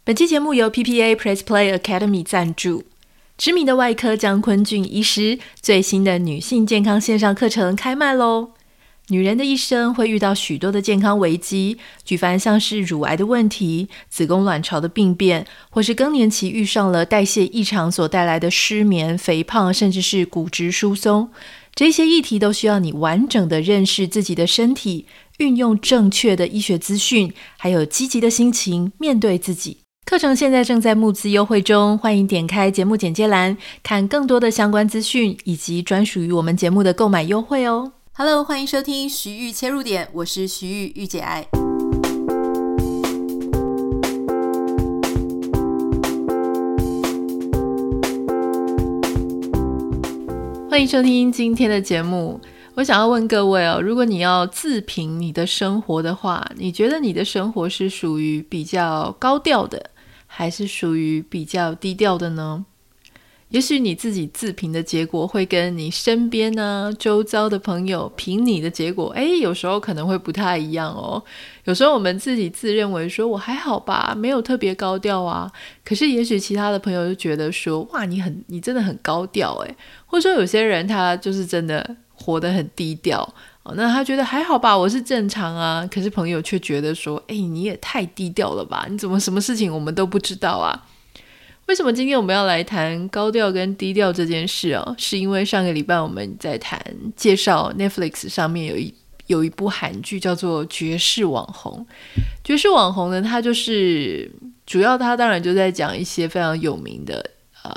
本期节目由 PPA Press Play Academy 赞助。知名的外科江坤俊医师最新的女性健康线上课程开卖咯。女人的一生会遇到许多的健康危机，举凡像是乳癌的问题、子宫卵巢的病变，或是更年期遇上了代谢异常所带来的失眠、肥胖，甚至是骨质疏松。这些议题都需要你完整的认识自己的身体，运用正确的医学资讯，还有积极的心情面对自己。课程现在正在募资优惠中，欢迎点开节目简介栏看更多的相关资讯以及专属于我们节目的购买优惠哦。Hello， 欢迎收听徐玉切入点，我是徐玉，玉姐爱。欢迎收听今天的节目。我想要问各位哦，如果你要自评你的生活的话，你觉得你的生活是属于比较高调的，还是属于比较低调的呢？也许你自己自评的结果会跟你身边周遭的朋友评你的结果有时候可能会不太一样哦。有时候我们自己自认为说我还好吧，没有特别高调啊，可是也许其他的朋友就觉得说哇，你真的很高调或者说有些人他就是真的活得很低调那他觉得还好吧，我是正常啊，可是朋友却觉得说你也太低调了吧，你怎么什么事情我们都不知道啊。为什么今天我们要来谈高调跟低调这件事是因为上个礼拜我们在介绍 Netflix 上面有一部韩剧叫做绝世网红。绝世网红呢，它就是主要它当然就在讲一些非常有名的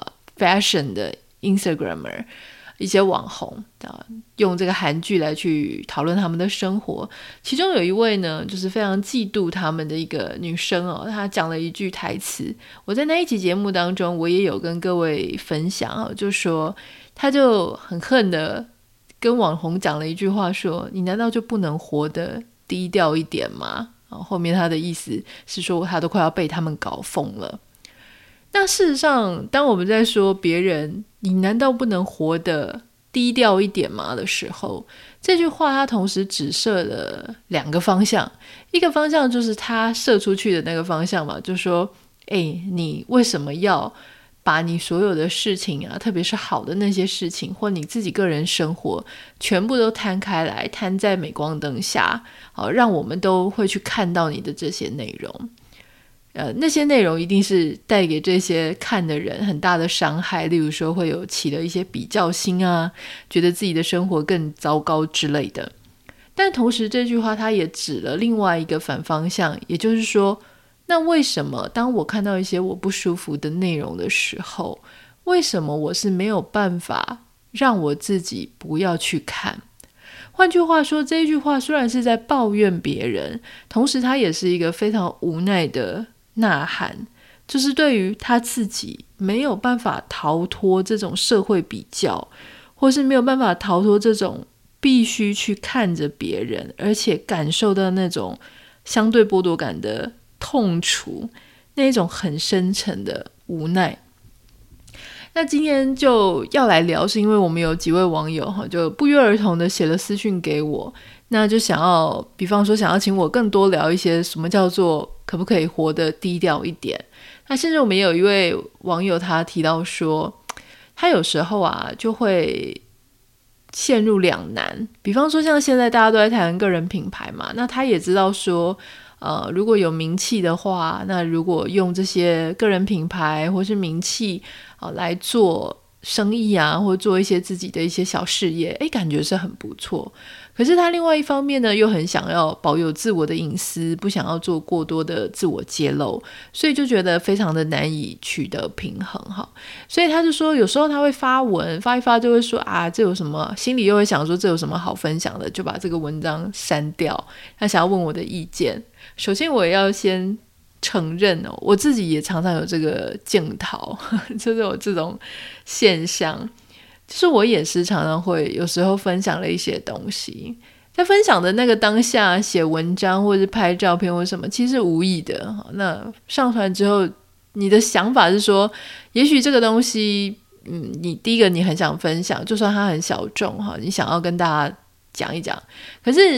fashion 的 Instagrammer，一些网红用这个韩剧来去讨论他们的生活。其中有一位呢，就是非常嫉妒他们的一个女生她讲了一句台词，我在那一集节目当中我也有跟各位分享就说她就很恨的跟网红讲了一句话，说你难道就不能活得低调一点吗？后面她的意思是说她都快要被他们搞疯了。那事实上当我们在说别人你难道不能活得低调一点吗的时候，这句话它同时指涉了两个方向。一个方向就是他射出去的那个方向嘛，就是说你为什么要把你所有的事情特别是好的那些事情或你自己个人生活全部都摊开来，摊在镁光灯下让我们都会去看到你的这些内容。那些内容一定是带给这些看的人很大的伤害，例如说会有起了一些比较心觉得自己的生活更糟糕之类的。但同时这句话它也指了另外一个反方向，也就是说那为什么当我看到一些我不舒服的内容的时候，为什么我是没有办法让我自己不要去看？换句话说，这一句话虽然是在抱怨别人，同时它也是一个非常无奈的呐喊，就是对于他自己没有办法逃脱这种社会比较，或是没有办法逃脱这种必须去看着别人而且感受到那种相对剥夺感的痛楚，那一种很深沉的无奈。那今天就要来聊，是因为我们有几位网友就不约而同的写了私讯给我，那就比方说想要请我更多聊一些什么叫做可不可以活得低调一点。那甚至我们也有一位网友他提到说，他有时候就会陷入两难。比方说像现在大家都在谈个人品牌嘛，那他也知道说如果有名气的话，那如果用这些个人品牌或是名气来做生意或做一些自己的一些小事业感觉是很不错。可是他另外一方面呢，又很想要保有自我的隐私，不想要做过多的自我揭露，所以就觉得非常的难以取得平衡所以他就说有时候他会发文发一发就会说这有什么，心里又会想说这有什么好分享的，就把这个文章删掉。他想要问我的意见。首先我也要先承认我自己也常常有这个镜头就是有这种现象，就是我也是常常会有时候分享了一些东西，在分享的那个当下写文章或是拍照片或什么其实无意的，那上传之后你的想法是说也许这个东西你第一个你很想分享，就算它很小众你想要跟大家讲一讲，可是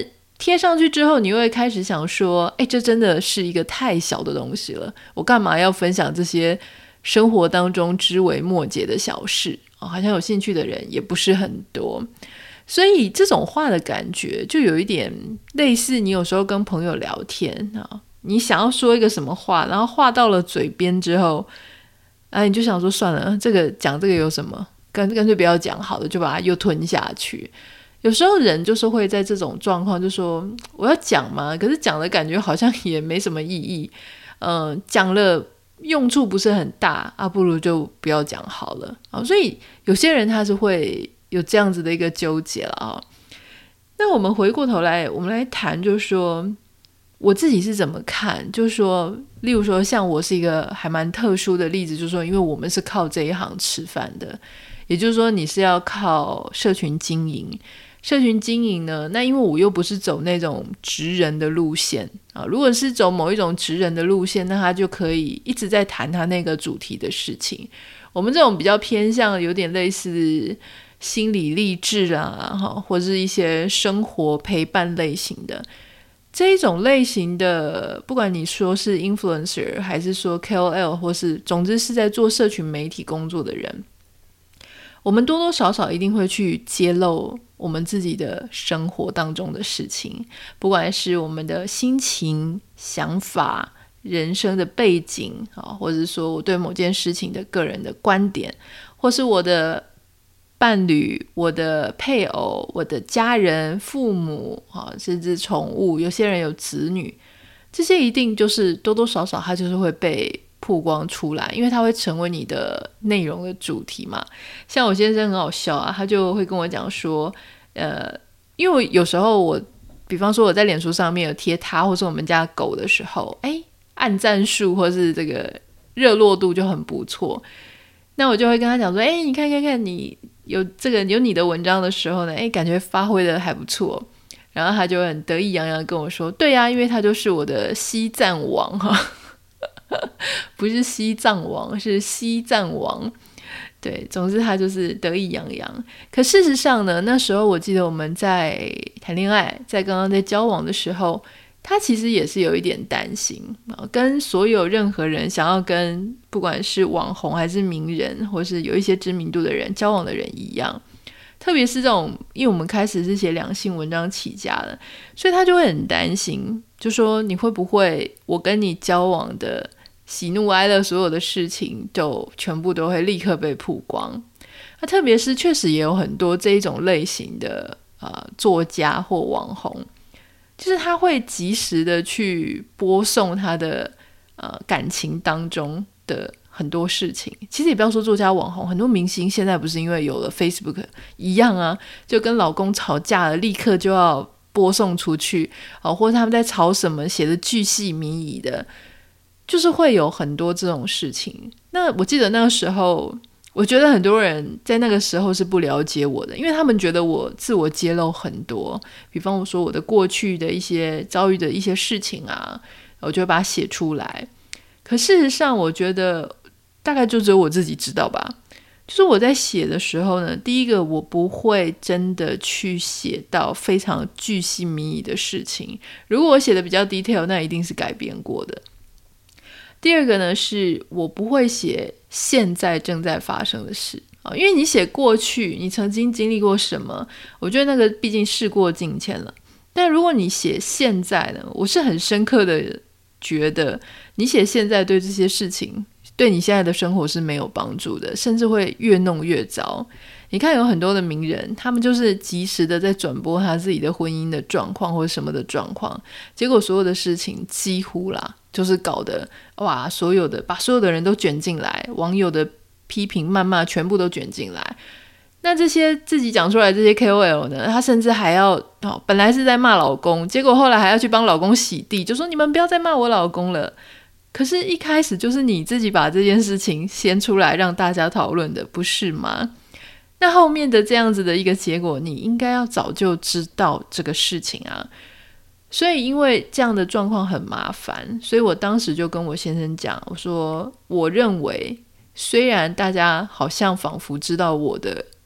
贴上去之后，你会开始想说，这真的是一个太小的东西了，我干嘛要分享这些生活当中枝微末节的小事，好像有兴趣的人也不是很多。所以这种话的感觉就有一点类似你有时候跟朋友聊天你想要说一个什么话，然后话到了嘴边之后你就想说算了，讲这个有什么，干脆不要讲好了，就把它又吞下去。有时候人就是会在这种状况就说我要讲嘛，可是讲的感觉好像也没什么意义，讲了用处不是很大不如就不要讲好了所以有些人他是会有这样子的一个纠结了那我们回过头来，我们来谈，就是说我自己是怎么看，就是说例如说像我是一个还蛮特殊的例子，就是说因为我们是靠这一行吃饭的，也就是说你是要靠社群经营呢，那因为我又不是走那种职人的路线如果是走某一种职人的路线，那他就可以一直在谈他那个主题的事情。我们这种比较偏向有点类似心理励志或者是一些生活陪伴类型的这一种类型的，不管你说是 influencer 还是说 KOL 或是总之是在做社群媒体工作的人，我们多多少少一定会去揭露我们自己的生活当中的事情，不管是我们的心情、想法、人生的背景或者说我对某件事情的个人的观点，或是我的伴侣、我的配偶、我的家人、父母甚至宠物，有些人有子女，这些一定就是多多少少它就是会被曝光出来，因为它会成为你的内容的主题嘛。像我先生很好笑他就会跟我讲说因为有时候比方说我在脸书上面有贴他或是我们家狗的时候按赞数或是这个热络度就很不错，那我就会跟他讲说你看你有你的文章的时候呢感觉发挥的还不错，然后他就很得意洋洋跟我说对因为他就是我的西藏王不是西藏王，是西藏王，对，总之他就是得意洋洋。可事实上呢，那时候我记得我们在谈恋爱，在刚刚在交往的时候，他其实也是有一点担心跟所有任何人想要跟不管是网红还是名人或是有一些知名度的人交往的人一样，特别是这种因为我们开始是写两性文章起家的，所以他就会很担心，就说你会不会我跟你交往的喜怒哀乐所有的事情就全部都会立刻被曝光。特别是确实也有很多这一种类型的作家或网红，就是他会及时的去播送他的感情当中的很多事情。其实也不要说作家网红，很多明星现在不是因为有了 Facebook 一样就跟老公吵架了立刻就要播送出去或者他们在吵什么写的巨细靡遗的，就是会有很多这种事情。那我记得那个时候我觉得很多人在那个时候是不了解我的，因为他们觉得我自我揭露很多，比方我说我的过去的一些遭遇的一些事情我就会把它写出来。可事实上我觉得大概就只有我自己知道吧，就是我在写的时候呢，第一个我不会真的去写到非常巨细靡遗的事情，如果我写的比较 detail 那一定是改编过的。第二个呢，是我不会写现在正在发生的事因为你写过去你曾经经历过什么，我觉得那个毕竟事过境迁了。但如果你写现在呢，我是很深刻的觉得你写现在对这些事情对你现在的生活是没有帮助的，甚至会越弄越糟。你看有很多的名人，他们就是及时的在转播他自己的婚姻的状况或者什么的状况，结果所有的事情几乎就是搞得把所有的人都卷进来，网友的批评谩骂全部都卷进来。那这些自己讲出来这些 KOL 呢，他甚至还要本来是在骂老公，结果后来还要去帮老公洗地，就说你们不要再骂我老公了。可是一开始就是你自己把这件事情先出来让大家讨论的，不是吗？那后面的这样子的一个结果，你应该要早就知道这个事情所以因为这样的状况很麻烦，所以我当时就跟我先生讲，我说我认为虽然大家好像仿佛知道我的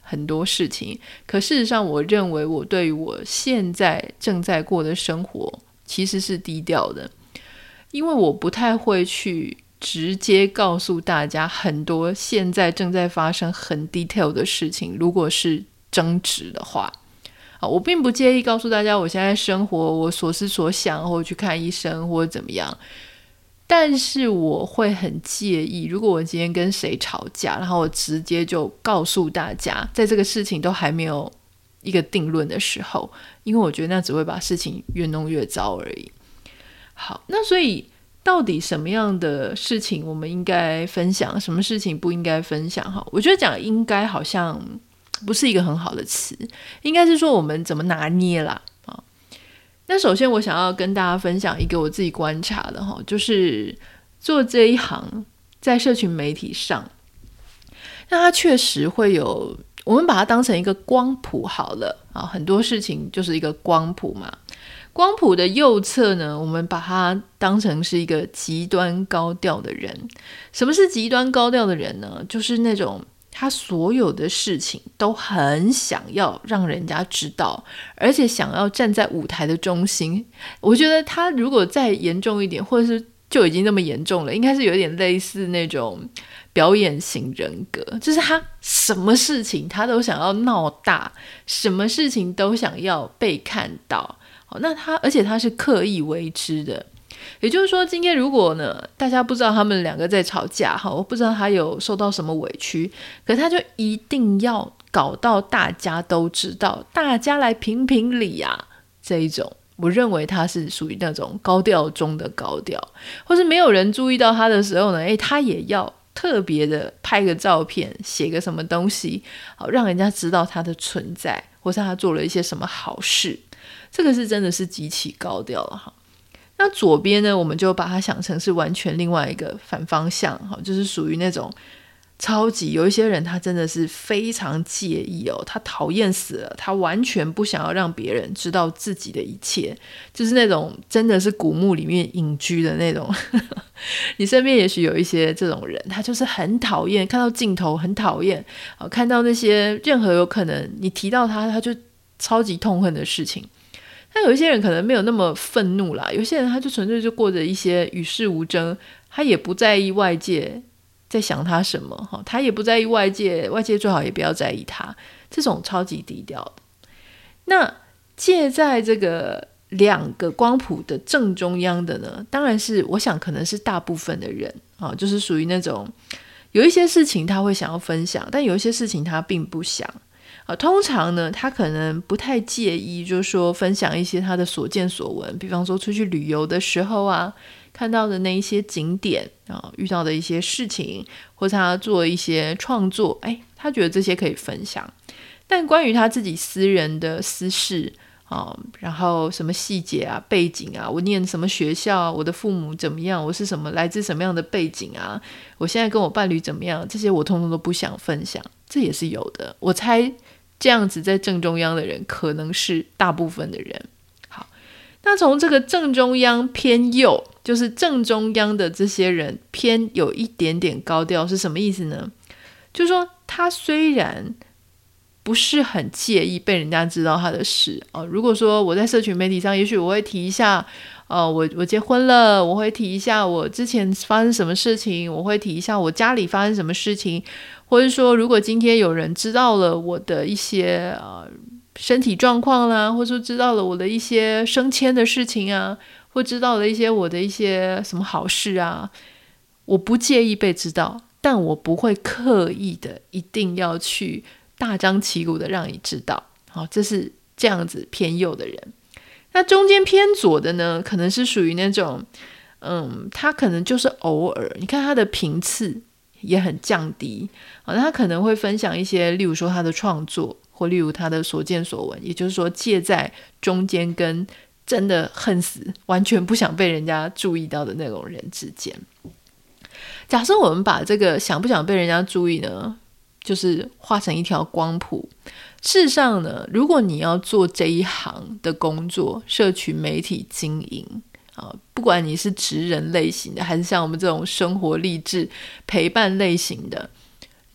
很多事情，可事实上我认为我对于我现在正在过的生活其实是低调的，因为我不太会去直接告诉大家很多现在正在发生很 detail 的事情，如果是争执的话，我并不介意告诉大家我现在生活我所思所想，或者去看医生或者怎么样，但是我会很介意如果我今天跟谁吵架，然后我直接就告诉大家在这个事情都还没有一个定论的时候，因为我觉得那只会把事情越弄越糟而已。好，那所以到底什么样的事情我们应该分享，什么事情不应该分享？我觉得讲应该好像不是一个很好的词，应该是说我们怎么拿捏啦。那首先我想要跟大家分享一个我自己观察的，就是做这一行在社群媒体上，那它确实会有，我们把它当成一个光谱好了，很多事情就是一个光谱嘛。光谱的右侧呢，我们把它当成是一个极端高调的人。什么是极端高调的人呢？就是那种他所有的事情都很想要让人家知道，而且想要站在舞台的中心。我觉得他如果再严重一点，或者是就已经那么严重了，应该是有点类似那种表演型人格，就是他什么事情他都想要闹大，什么事情都想要被看到。那而且他是刻意为之的。也就是说，今天如果呢，大家不知道他们两个在吵架，我不知道他有受到什么委屈，可他就一定要搞到大家都知道，大家来评评理啊，这一种我认为他是属于那种高调中的高调，或是没有人注意到他的时候呢，他也要特别的拍个照片，写个什么东西，让人家知道他的存在，或是他做了一些什么好事，这个是真的是极其高调了哈。那左边呢，我们就把它想成是完全另外一个反方向，就是属于那种超级，有一些人他真的是非常介意他讨厌死了，他完全不想要让别人知道自己的一切，就是那种真的是古墓里面隐居的那种你身边也许有一些这种人，他就是很讨厌看到镜头，很讨厌看到那些任何有可能你提到他就超级痛恨的事情。但有一些人可能没有那么愤怒啦，有些人他就纯粹就过着一些与世无争，他也不在意外界在想他什么，他也不在意外界最好也不要在意他，这种超级低调的。那介在这个两个光谱的正中央的呢，当然是我想可能是大部分的人就是属于那种有一些事情他会想要分享，但有一些事情他并不想。通常呢，他可能不太介意，就是说分享一些他的所见所闻，比方说出去旅游的时候啊，看到的那一些景点遇到的一些事情，或者他做一些创作，他觉得这些可以分享。但关于他自己私人的私事然后什么细节啊、背景啊，我念什么学校，我的父母怎么样，我是什么来自什么样的背景啊，我现在跟我伴侣怎么样，这些我通通都不想分享。这也是有的，我猜这样子在正中央的人可能是大部分的人。好，那从这个正中央偏右，就是正中央的这些人偏有一点点高调是什么意思呢？就是说他虽然不是很介意被人家知道他的事如果说我在社群媒体上，也许我会提一下我结婚了，我会提一下我之前发生什么事情，我会提一下我家里发生什么事情，或者说如果今天有人知道了我的一些身体状况啦，或者说知道了我的一些升迁的事情啊，或知道了一些我的一些什么好事啊，我不介意被知道，但我不会刻意的一定要去大张旗鼓的让你知道。好，这是这样子偏右的人。那中间偏左的呢，可能是属于那种他可能就是偶尔，你看他的频次也很降低那他可能会分享一些例如说他的创作，或例如他的所见所闻，也就是说介在中间跟真的恨死完全不想被人家注意到的那种人之间。假设我们把这个想不想被人家注意呢，就是画成一条光谱。事实上呢，如果你要做这一行的工作，社群媒体经营不管你是职人类型的，还是像我们这种生活励志陪伴类型的，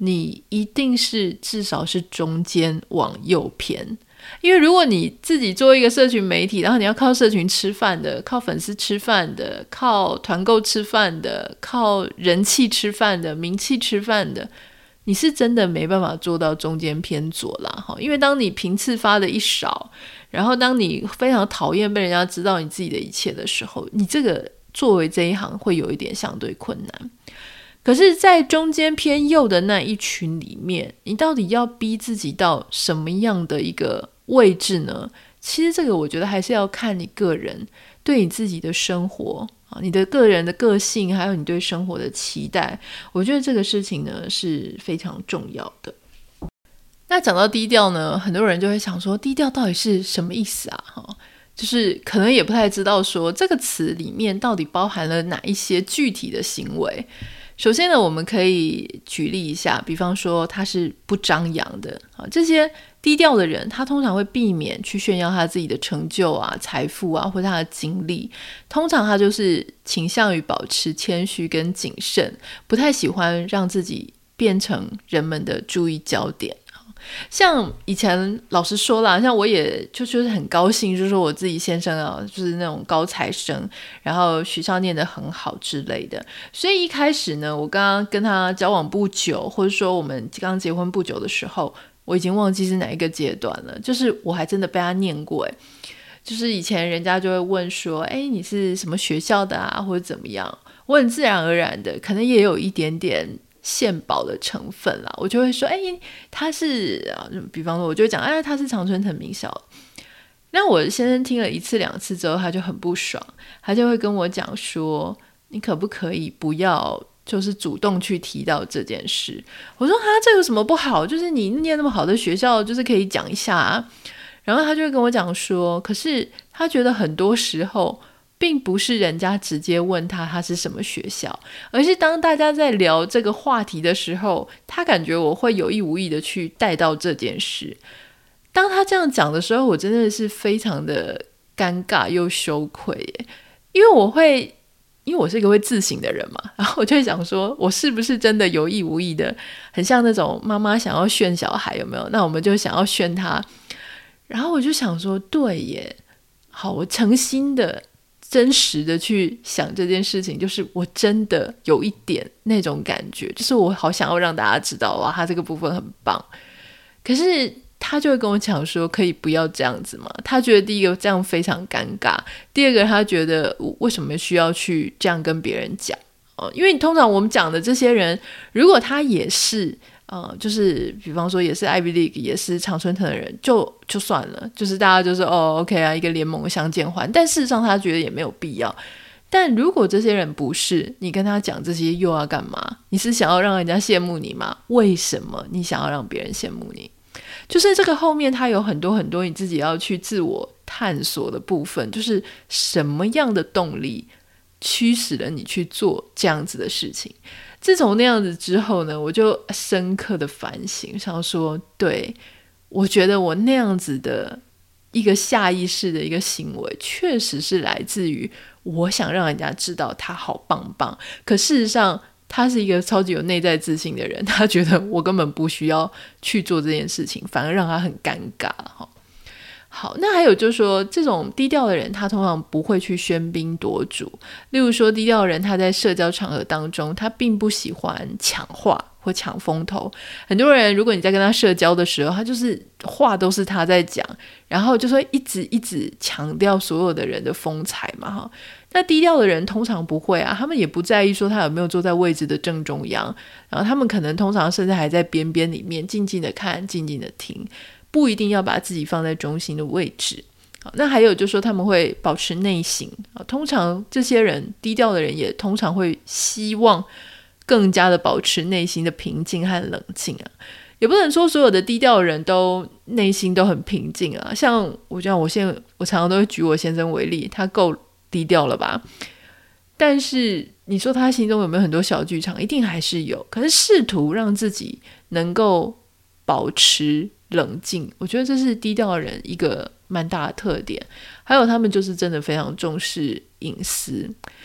你一定是至少是中间往右偏。因为如果你自己做一个社群媒体，然后你要靠社群吃饭的，靠粉丝吃饭的，靠团购吃饭的，靠人气吃饭的，名气吃饭的，你是真的没办法做到中间偏左啦。因为当你频次发的一少，然后当你非常讨厌被人家知道你自己的一切的时候，你这个作为这一行会有一点相对困难。可是在中间偏右的那一群里面，你到底要逼自己到什么样的一个位置呢？其实这个我觉得还是要看你个人对你自己的生活你的个人的个性，还有你对生活的期待，我觉得这个事情呢是非常重要的。那讲到低调呢，很多人就会想说低调到底是什么意思啊？就是可能也不太知道说这个词里面到底包含了哪一些具体的行为。首先呢，我们可以举例一下，比方说他是不张扬的这些低调的人，他通常会避免去炫耀他自己的成就啊、财富啊，或者他的经历。通常他就是倾向于保持谦虚跟谨慎，不太喜欢让自己变成人们的注意焦点。像以前老实说啦，像我也就是很高兴，就是说我自己先生就是那种高材生，然后学校念得很好之类的。所以一开始呢，我刚刚跟他交往不久，或者说我们刚结婚不久的时候，我已经忘记是哪一个阶段了，就是我还真的被他念过就是以前人家就会问说你是什么学校的啊，或者怎么样，我很自然而然的可能也有一点点献宝的成分啦，我就会说他是比方说我就会讲他是常春藤名校。那我先生听了1次2次之后，他就很不爽，他就会跟我讲说你可不可以不要就是主动去提到这件事。我说这有什么不好，就是你念那么好的学校就是可以讲一下啊。然后他就会跟我讲说，可是他觉得很多时候并不是人家直接问他是什么学校，而是当大家在聊这个话题的时候，他感觉我会有意无意的去带到这件事。当他这样讲的时候，我真的是非常的尴尬又羞愧因为我是一个会自省的人嘛，然后我就会想说我是不是真的有意无意的，很像那种妈妈想要炫小孩，有没有？那我们就想要炫他，然后我就想说对耶，好，我诚心的真实的去想这件事情，就是我真的有一点那种感觉，就是我好想要让大家知道哇，他这个部分很棒。可是他就会跟我讲说可以不要这样子嘛，他觉得第一个这样非常尴尬，第二个他觉得为什么需要去这样跟别人讲因为通常我们讲的这些人，如果他也是就是比方说也是 Ivy League 也是常春藤的人就算了，就是大家就是OK 啊，一个联盟相见欢，但事实上他觉得也没有必要。但如果这些人不是，你跟他讲这些又要干嘛？你是想要让人家羡慕你吗？为什么你想要让别人羡慕你？就是这个后面他有很多很多你自己要去自我探索的部分，就是什么样的动力驱使了你去做这样子的事情。自从那样子之后呢，我就深刻的反省，想说对，我觉得我那样子的一个下意识的一个行为确实是来自于我想让人家知道他好棒棒，可事实上他是一个超级有内在自信的人，他觉得我根本不需要去做这件事情，反而让他很尴尬好，那还有就是说这种低调的人他通常不会去喧宾夺主，例如说低调的人他在社交场合当中他并不喜欢抢话或抢风头。很多人如果你在跟他社交的时候，他就是话都是他在讲，然后就会一直强调所有的人的风采嘛那低调的人通常不会他们也不在意说他有没有坐在位置的正中央，然后他们可能通常甚至还在边边里面静静的看静静的听，不一定要把自己放在中心的位置。那还有就是说他们会保持内省通常这些人低调的人也通常会希望更加的保持内心的平静和冷静也不能说所有的低调的人都内心都很平静像我常常都会举我先生为例，他够低调了吧，但是你说他心中有没有很多小剧场，一定还是有，可是试图让自己能够保持冷静，我觉得这是低调的人一个蛮大的特点。还有他们就是真的非常重视隐私。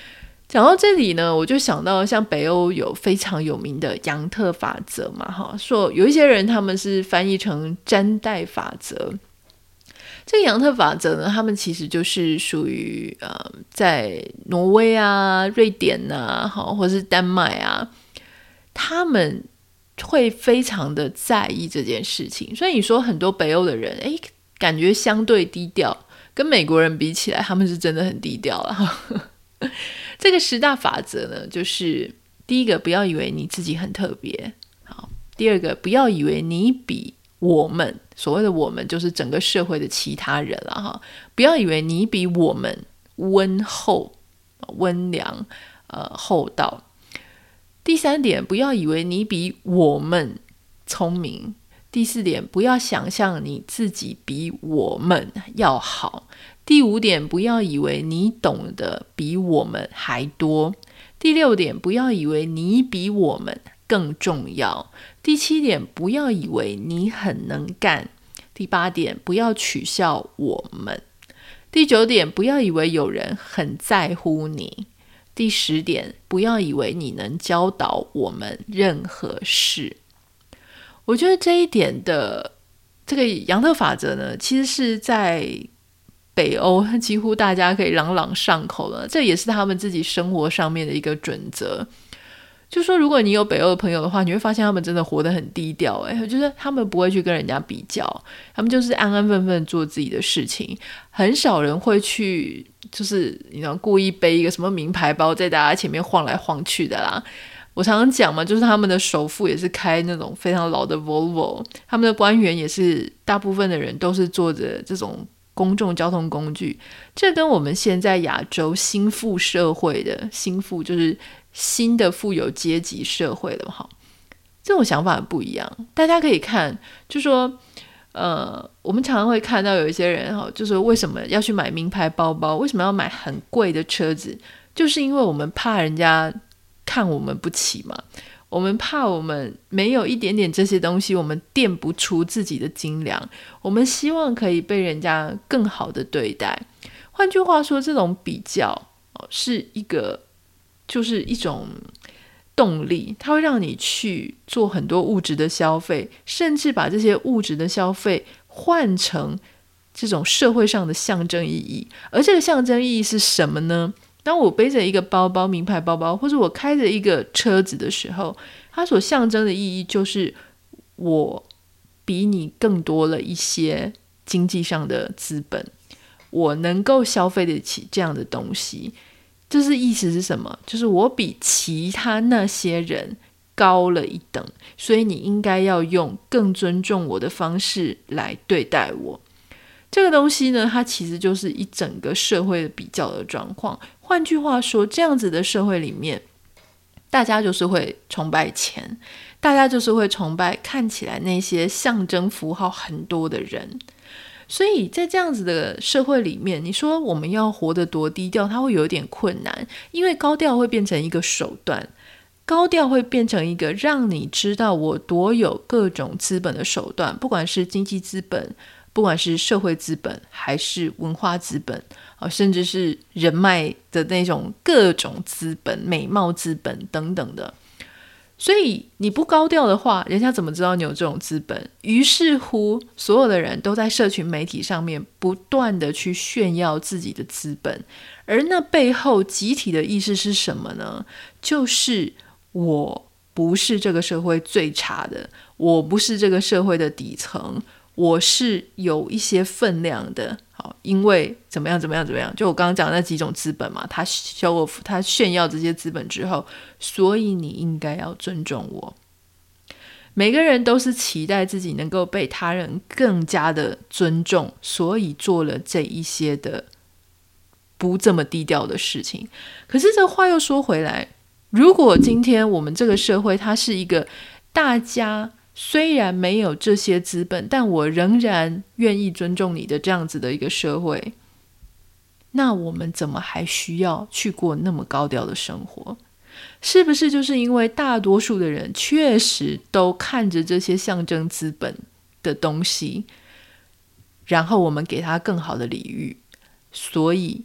讲到这里呢，我就想到像北欧有非常有名的杨特法则嘛，说有一些人他们是翻译成詹代法则。这个杨特法则呢，他们其实就是属于在挪威啊、瑞典啊，或是丹麦啊，他们会非常的在意这件事情。所以你说很多北欧的人，感觉相对低调，跟美国人比起来，他们是真的很低调啦。这个10大法则呢，就是第一个，不要以为你自己很特别。好，第二个，不要以为你比我们，所谓的我们就是整个社会的其他人啦哈，不要以为你比我们温厚、温良、厚道。第三点，不要以为你比我们聪明。第四点，不要想象你自己比我们要好。第5点，不要以为你懂得比我们还多。第6点，不要以为你比我们更重要。第7点，不要以为你很能干。第8点，不要取笑我们。第9点，不要以为有人很在乎你。第10点，不要以为你能教导我们任何事。我觉得这一点的这个杨特法则呢，其实是在北欧几乎大家可以朗朗上口了，这也是他们自己生活上面的一个准则。就说如果你有北欧的朋友的话，你会发现他们真的活得很低调，就是他们不会去跟人家比较，他们就是安安分分做自己的事情，很少人会去就是故意背一个什么名牌包在大家前面晃来晃去的啦。我常常讲嘛，就是他们的首富也是开那种非常老的 Volvo， 他们的官员也是大部分的人都是坐着这种公众交通工具。这跟我们现在亚洲新富社会的新富，就是新的富有阶级社会了哈，这种想法很不一样。大家可以看，就说我们常常会看到有一些人就是为什么要去买名牌包包，为什么要买很贵的车子，就是因为我们怕人家看我们不起嘛，我们怕我们没有一点点这些东西，我们垫不出自己的斤两，我们希望可以被人家更好的对待。换句话说，这种比较是就是一种动力，它会让你去做很多物质的消费，甚至把这些物质的消费换成这种社会上的象征意义。而这个象征意义是什么呢？当我背着一个包包，名牌包包，或者我开着一个车子的时候，它所象征的意义就是我比你更多了一些经济上的资本，我能够消费得起这样的东西。这是意思是什么？就是我比其他那些人高了一等，所以你应该要用更尊重我的方式来对待我。这个东西呢，它其实就是一整个社会的比较的状况。换句话说，这样子的社会里面，大家就是会崇拜钱，大家就是会崇拜看起来那些象征符号很多的人。所以在这样子的社会里面，你说我们要活得多低调，它会有点困难，因为高调会变成一个手段，高调会变成一个让你知道我多有各种资本的手段，不管是经济资本，不管是社会资本，还是文化资本，甚至是人脉的那种各种资本，美貌资本等等的。所以你不高调的话，人家怎么知道你有这种资本？于是乎，所有的人都在社群媒体上面不断的去炫耀自己的资本，而那背后集体的意识是什么呢？就是我不是这个社会最差的，我不是这个社会的底层，我是有一些分量的。好，因为怎么样，就我刚刚讲的那几种资本嘛，他 show off， 他炫耀这些资本之后，所以你应该要尊重我。每个人都是期待自己能够被他人更加的尊重，所以做了这一些的不这么低调的事情。可是这话又说回来，如果今天我们这个社会它是一个大家虽然没有这些资本，但我仍然愿意尊重你的这样子的一个社会，那我们怎么还需要去过那么高调的生活？是不是就是因为大多数的人确实都看着这些象征资本的东西，然后我们给他更好的礼遇，所以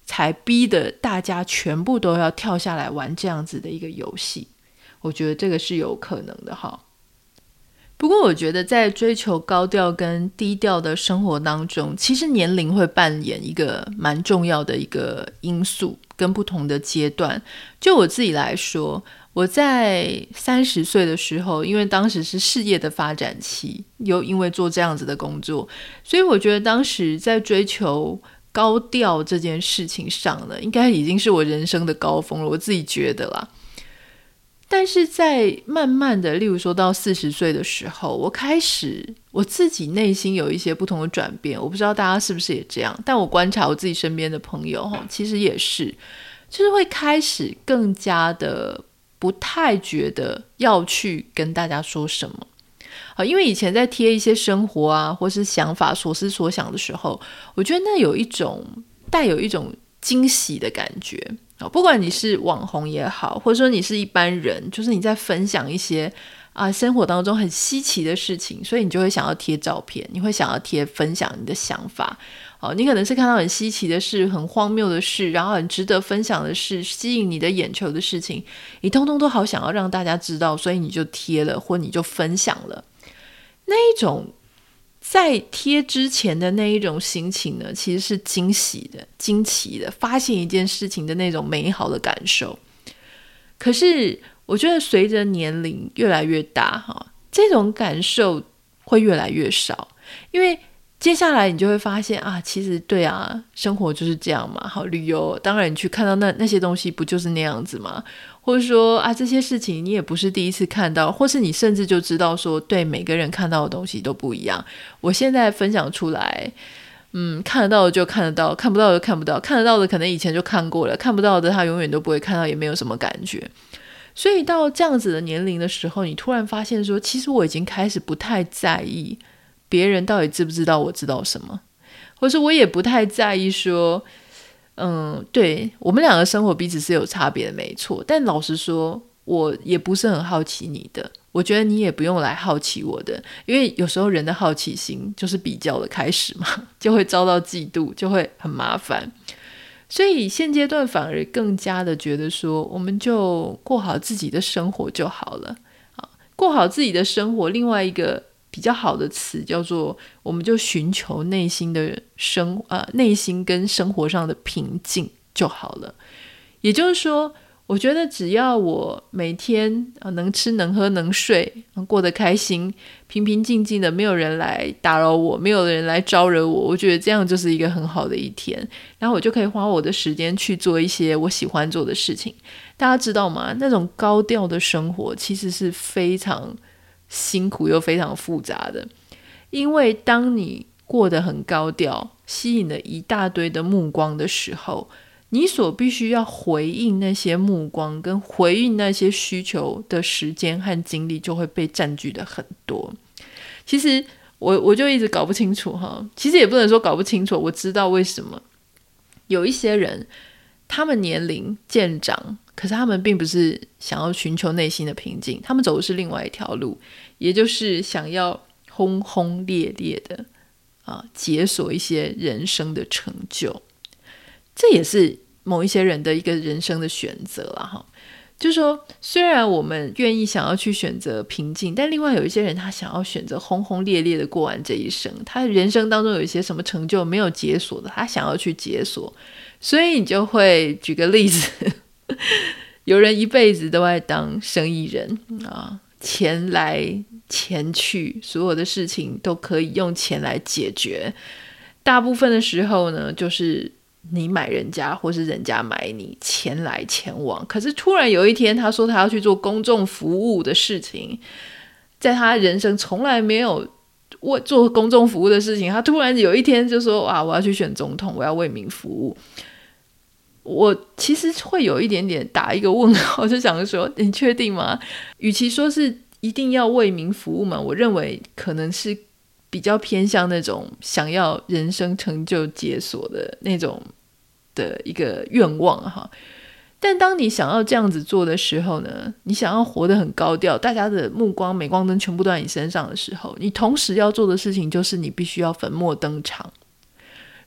才逼得大家全部都要跳下来玩这样子的一个游戏。我觉得这个是有可能的哈。不过我觉得在追求高调跟低调的生活当中，其实年龄会扮演一个蛮重要的一个因素，跟不同的阶段。就我自己来说，我在30岁的时候，因为当时是事业的发展期，又因为做这样子的工作，所以我觉得当时在追求高调这件事情上呢，应该已经是我人生的高峰了，我自己觉得啦。但是在慢慢的，例如说到40岁的时候，我开始我自己内心有一些不同的转变，我不知道大家是不是也这样，但我观察我自己身边的朋友其实也是，就是会开始更加的不太觉得要去跟大家说什么。因为以前在贴一些生活啊或是想法所思所想的时候，我觉得那带有一种惊喜的感觉。不管你是网红也好，或者说你是一般人，就是你在分享一些生活当中很稀奇的事情，所以你就会想要贴照片，你会想要分享你的想法。你可能是看到很稀奇的事，很荒谬的事，然后很值得分享的事，吸引你的眼球的事情，你通通都好想要让大家知道，所以你就贴了或你就分享了。那一种在贴之前的那一种心情呢，其实是惊喜的、惊奇的，发现一件事情的那种美好的感受。可是我觉得随着年龄越来越大这种感受会越来越少，因为接下来你就会发现其实对生活就是这样嘛。好，旅游当然你去看到那些东西不就是那样子吗？或者说这些事情你也不是第一次看到，或是你甚至就知道说对每个人看到的东西都不一样。我现在分享出来看得到的就看得到，看不到的就看不到，看得到的可能以前就看过了，看不到的他永远都不会看到，也没有什么感觉。所以到这样子的年龄的时候，你突然发现说其实我已经开始不太在意别人到底知不知道我知道什么，或是我也不太在意说对，我们两个生活彼此是有差别的没错，但老实说我也不是很好奇你的，我觉得你也不用来好奇我的，因为有时候人的好奇心就是比较的开始嘛，就会遭到嫉妒，就会很麻烦。所以现阶段反而更加的觉得说我们就过好自己的生活就好了。过好自己的生活，另外一个比较好的词叫做我们就寻求内心跟生活上的平静就好了。也就是说我觉得只要我每天能吃能喝能睡，过得开心，平平静静的，没有人来打扰我，没有人来招惹我，我觉得这样就是一个很好的一天。然后我就可以花我的时间去做一些我喜欢做的事情。大家知道吗？那种高调的生活其实是非常辛苦又非常复杂的，因为当你过得很高调，吸引了一大堆的目光的时候，你所必须要回应那些目光跟回应那些需求的时间和精力就会被占据的很多。其实我就一直搞不清楚其实也不能说搞不清楚，我知道为什么有一些人他们年龄渐长，可是他们并不是想要寻求内心的平静，他们走的是另外一条路，也就是想要轰轰烈烈的解锁一些人生的成就。这也是某一些人的一个人生的选择啦就是说虽然我们愿意想要去选择平静，但另外有一些人他想要选择轰轰烈烈的过完这一生，他人生当中有一些什么成就没有解锁的，他想要去解锁。所以你就会举个例子有人一辈子都在当生意人钱来钱去，所有的事情都可以用钱来解决，大部分的时候呢就是你买人家或是人家买你，钱来钱往。可是突然有一天他说他要去做公众服务的事情，在他人生从来没有做公众服务的事情，他突然有一天就说我要去选总统，我要为民服务。我其实会有一点点打一个问号，就想说你确定吗？与其说是一定要为民服务嘛，我认为可能是比较偏向那种想要人生成就解锁的那种的一个愿望但当你想要这样子做的时候呢，你想要活得很高调，大家的目光镁光灯全部都在你身上的时候，你同时要做的事情就是你必须要粉墨登场。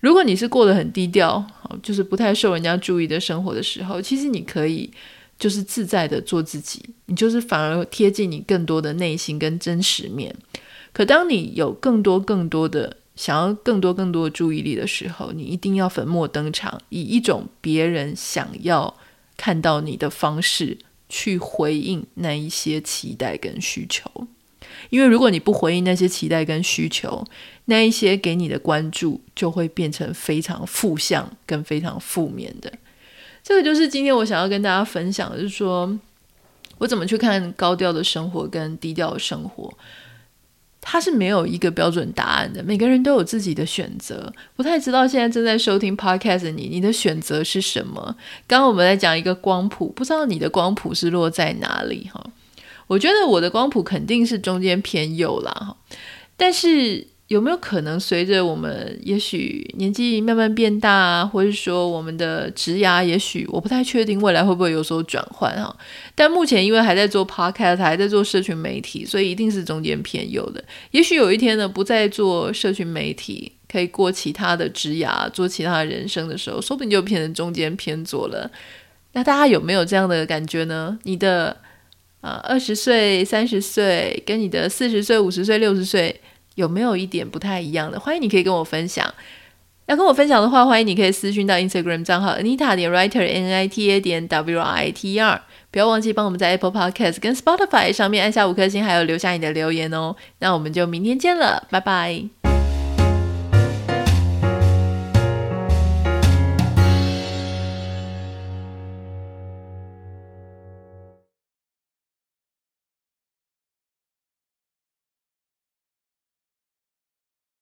如果你是过得很低调，就是不太受人家注意的生活的时候，其实你可以就是自在的做自己，你就是反而贴近你更多的内心跟真实面。可当你有更多的想要更多的注意力的时候，你一定要粉墨登场，以一种别人想要看到你的方式去回应那一些期待跟需求。因为如果你不回应那些期待跟需求，那一些给你的关注就会变成非常负向跟非常负面的。这个就是今天我想要跟大家分享的，就是说我怎么去看高调的生活跟低调的生活。它是没有一个标准答案的，每个人都有自己的选择。不太知道现在正在收听 podcast 的你的选择是什么？刚刚我们在讲一个光谱，不知道你的光谱是落在哪里。我觉得我的光谱肯定是中间偏右啦，但是有没有可能随着我们也许年纪慢慢变大啊，或者说我们的职涯也许我不太确定未来会不会有所转换但目前因为还在做 podcast 还在做社群媒体，所以一定是中间偏右的。也许有一天呢，不再做社群媒体，可以过其他的职涯，做其他的人生的时候，说不定就变成中间偏左了。那大家有没有这样的感觉呢？你的20岁30岁跟你的40岁50岁60岁有没有一点不太一样的？欢迎你可以跟我分享。要跟我分享的话，欢迎你可以私讯到 Instagram 账号 Anita.Writer Anita.Writer。 不要忘记帮我们在 Apple Podcast 跟 Spotify 上面按下5颗星，还有留下你的留言哦。那我们就明天见了，拜拜。